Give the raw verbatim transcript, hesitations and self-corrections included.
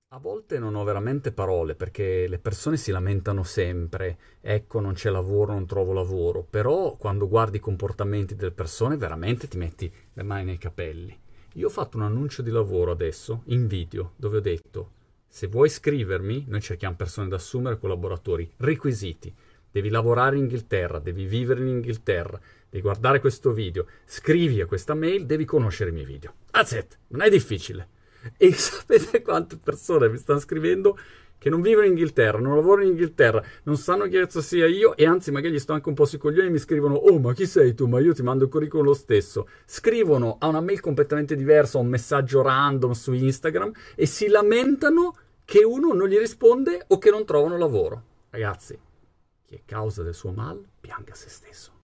A volte non ho veramente parole perché le persone si lamentano sempre, ecco non c'è lavoro, non trovo lavoro, però quando guardi i comportamenti delle persone veramente ti metti le mani nei capelli. Io ho fatto un annuncio di lavoro adesso, in video, dove ho detto se vuoi scrivermi, noi cerchiamo persone da assumere, collaboratori, requisiti. Devi lavorare in Inghilterra, devi vivere in Inghilterra, devi guardare questo video, scrivi a questa mail, devi conoscere i miei video. That's it, non è difficile. E sapete quante persone mi stanno scrivendo che non vivono in Inghilterra, non lavorano in Inghilterra, non sanno chi cazzo sia io e anzi magari gli sto anche un po' sui coglioni e mi scrivono oh ma chi sei tu? Ma io ti mando il curriculum lo stesso. Scrivono a una mail completamente diversa, a un messaggio random su Instagram e si lamentano che uno non gli risponde o che non trovano lavoro. Ragazzi, chi è causa del suo mal pianga se stesso.